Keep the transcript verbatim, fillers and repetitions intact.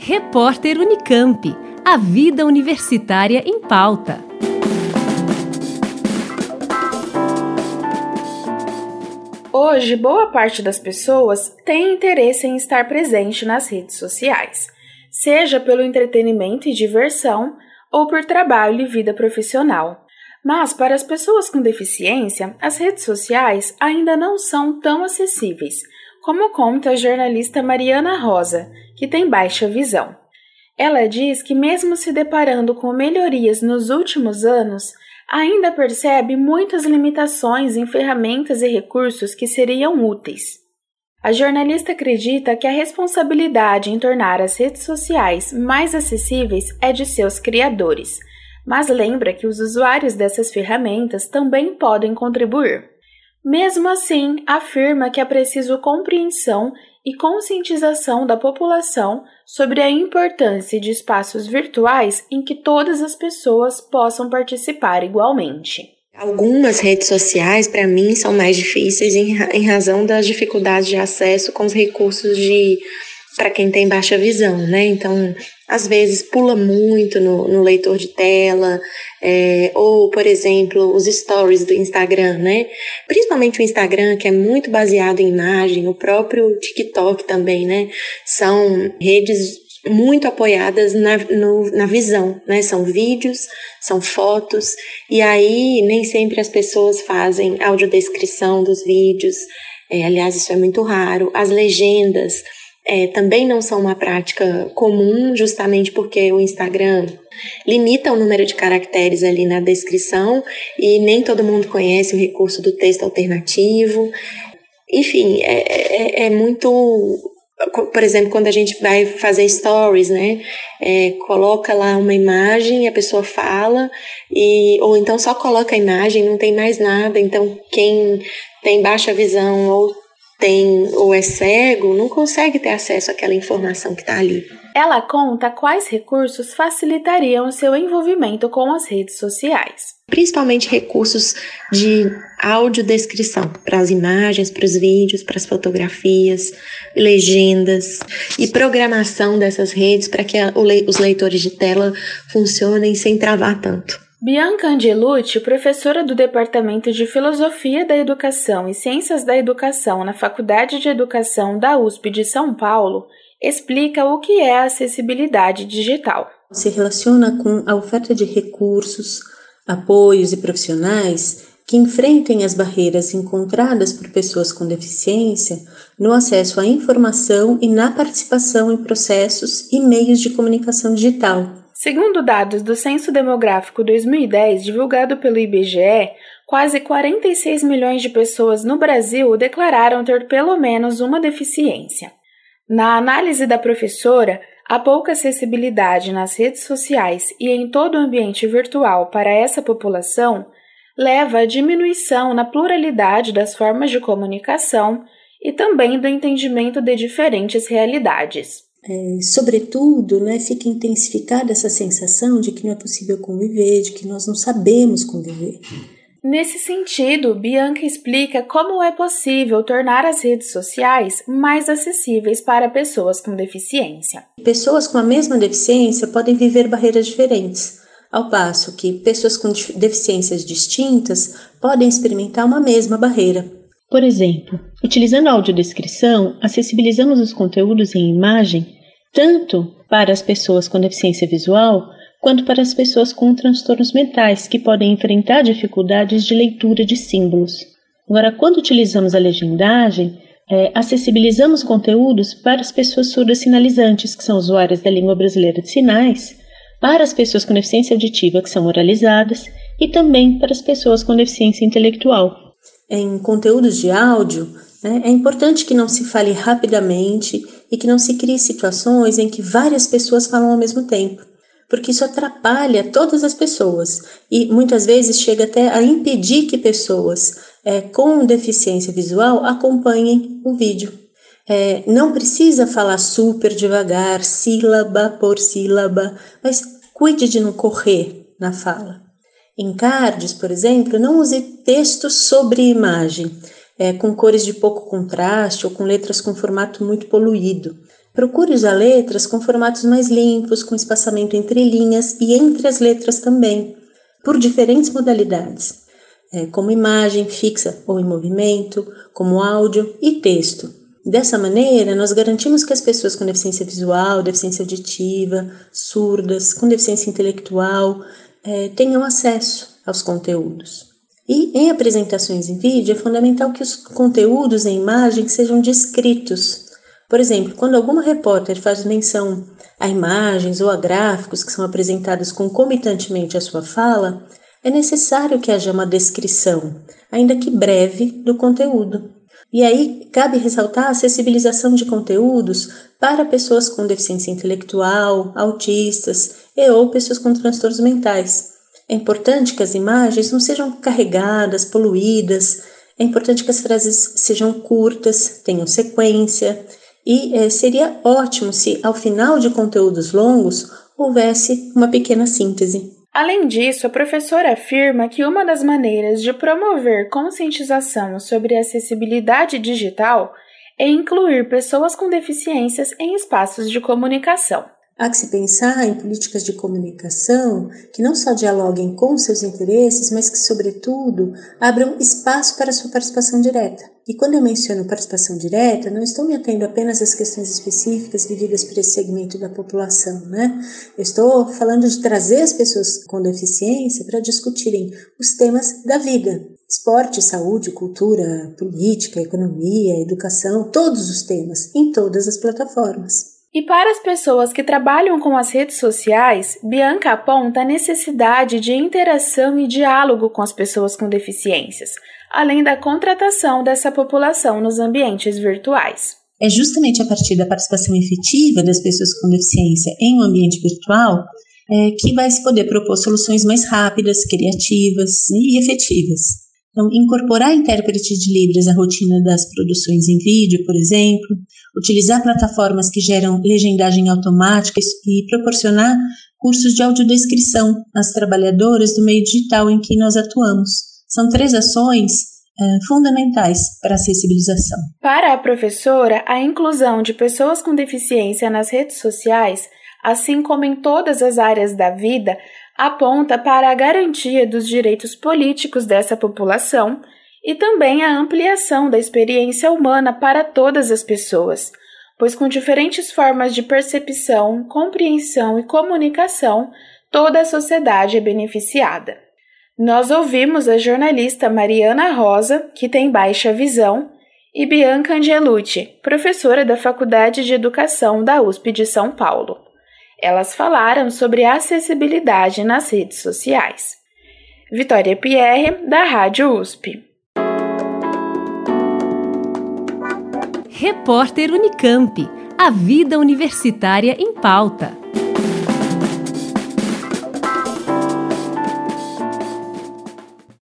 Repórter Unicamp. A vida universitária em pauta. Hoje, boa parte das pessoas tem interesse em estar presente nas redes sociais, seja pelo entretenimento e diversão ou por trabalho e vida profissional. Mas, para as pessoas com deficiência, as redes sociais ainda não são tão acessíveis, como conta a jornalista Mariana Rosa, que tem baixa visão. Ela diz que, mesmo se deparando com melhorias nos últimos anos, ainda percebe muitas limitações em ferramentas e recursos que seriam úteis. A jornalista acredita que a responsabilidade em tornar as redes sociais mais acessíveis é de seus criadores, mas lembra que os usuários dessas ferramentas também podem contribuir. Mesmo assim, afirma que é preciso compreensão e conscientização da população sobre a importância de espaços virtuais em que todas as pessoas possam participar igualmente. Algumas redes sociais, para mim, são mais difíceis em, em razão das dificuldades de acesso com os recursos de para quem tem baixa visão, né? Então, às vezes pula muito no, no leitor de tela, é, ou, por exemplo, os stories do Instagram, né? Principalmente o Instagram, que é muito baseado em imagem, o próprio TikTok também, né? São redes muito apoiadas na, no, na visão, né? São vídeos, são fotos, e aí nem sempre as pessoas fazem audiodescrição dos vídeos, é, aliás, isso é muito raro. As legendas É, também não são uma prática comum, justamente porque o Instagram limita o número de caracteres ali na descrição e nem todo mundo conhece o recurso do texto alternativo. Enfim, é, é, é muito... Por exemplo, quando a gente vai fazer stories, né, é, coloca lá uma imagem, a pessoa fala, e, ou então só coloca a imagem, não tem mais nada. Então, quem tem baixa visão ou tem ou é cego, não consegue ter acesso àquela informação que está ali. Ela conta quais recursos facilitariam o seu envolvimento com as redes sociais. Principalmente recursos de audiodescrição para as imagens, para os vídeos, para as fotografias, legendas e programação dessas redes para que os leitores de tela funcionem sem travar tanto. Bianca Angelucci, professora do Departamento de Filosofia da Educação e Ciências da Educação na Faculdade de Educação da U S P de São Paulo, explica o que é a acessibilidade digital. Se relaciona com a oferta de recursos, apoios e profissionais que enfrentem as barreiras encontradas por pessoas com deficiência no acesso à informação e na participação em processos e meios de comunicação digital. Segundo dados do Censo Demográfico dois mil e dez, divulgado pelo I B G E, quase quarenta e seis milhões de pessoas no Brasil declararam ter pelo menos uma deficiência. Na análise da professora, a pouca acessibilidade nas redes sociais e em todo o ambiente virtual para essa população leva à diminuição na pluralidade das formas de comunicação e também do entendimento de diferentes realidades. É, sobretudo, né, fica intensificada essa sensação de que não é possível conviver, de que nós não sabemos conviver. Nesse sentido, Bianca explica como é possível tornar as redes sociais mais acessíveis para pessoas com deficiência. Pessoas com a mesma deficiência podem viver barreiras diferentes, ao passo que pessoas com deficiências distintas podem experimentar uma mesma barreira. Por exemplo, utilizando a audiodescrição, acessibilizamos os conteúdos em imagem tanto para as pessoas com deficiência visual quanto para as pessoas com transtornos mentais que podem enfrentar dificuldades de leitura de símbolos. Agora, quando utilizamos a legendagem, é, acessibilizamos conteúdos para as pessoas surdas sinalizantes, que são usuárias da língua brasileira de sinais, para as pessoas com deficiência auditiva, que são oralizadas, e também para as pessoas com deficiência intelectual. Em conteúdos de áudio, né, é importante que não se fale rapidamente e que não se crie situações em que várias pessoas falam ao mesmo tempo, porque isso atrapalha todas as pessoas e muitas vezes chega até a impedir que pessoas é, com deficiência visual acompanhem o vídeo. É, não precisa falar super devagar, sílaba por sílaba, mas cuide de não correr na fala. Em cards, por exemplo, não use texto sobre imagem, é, com cores de pouco contraste ou com letras com formato muito poluído. Procure usar letras com formatos mais limpos, com espaçamento entre linhas e entre as letras também, por diferentes modalidades, é, como imagem fixa ou em movimento, como áudio e texto. Dessa maneira, nós garantimos que as pessoas com deficiência visual, deficiência auditiva, surdas, com deficiência intelectual, é, tenham acesso aos conteúdos. E em apresentações em vídeo, é fundamental que os conteúdos em imagem sejam descritos. Por exemplo, quando alguma repórter faz menção a imagens ou a gráficos que são apresentados concomitantemente à sua fala, é necessário que haja uma descrição, ainda que breve, do conteúdo. E aí, cabe ressaltar a acessibilização de conteúdos para pessoas com deficiência intelectual, autistas e ou pessoas com transtornos mentais. É importante que as imagens não sejam carregadas, poluídas, é importante que as frases sejam curtas, tenham sequência, e eh, seria ótimo se, ao final de conteúdos longos, houvesse uma pequena síntese. Além disso, a professora afirma que uma das maneiras de promover conscientização sobre a acessibilidade digital é incluir pessoas com deficiências em espaços de comunicação. Há que se pensar em políticas de comunicação que não só dialoguem com seus interesses, mas que, sobretudo, abram espaço para a sua participação direta. E quando eu menciono participação direta, não estou me atendo apenas às questões específicas vividas por esse segmento da população, né? Eu estou falando de trazer as pessoas com deficiência para discutirem os temas da vida. Esporte, saúde, cultura, política, economia, educação, todos os temas, em todas as plataformas. E para as pessoas que trabalham com as redes sociais, Bianca aponta a necessidade de interação e diálogo com as pessoas com deficiências, além da contratação dessa população nos ambientes virtuais. É justamente a partir da participação efetiva das pessoas com deficiência em um ambiente virtual é, que vai se poder propor soluções mais rápidas, criativas e efetivas. Então, incorporar intérprete de Libras à rotina das produções em vídeo, por exemplo, utilizar plataformas que geram legendagem automática e proporcionar cursos de audiodescrição às trabalhadoras do meio digital em que nós atuamos. São três ações é, fundamentais para a acessibilização. Para a professora, a inclusão de pessoas com deficiência nas redes sociais, assim como em todas as áreas da vida, aponta para a garantia dos direitos políticos dessa população e também a ampliação da experiência humana para todas as pessoas, pois com diferentes formas de percepção, compreensão e comunicação, toda a sociedade é beneficiada. Nós ouvimos a jornalista Mariana Rosa, que tem baixa visão, e Bianca Angelucci, professora da Faculdade de Educação da U S P de São Paulo. Elas falaram sobre a acessibilidade nas redes sociais. Vitória Pierre, da Rádio U S P. Repórter Unicamp. A vida universitária em pauta.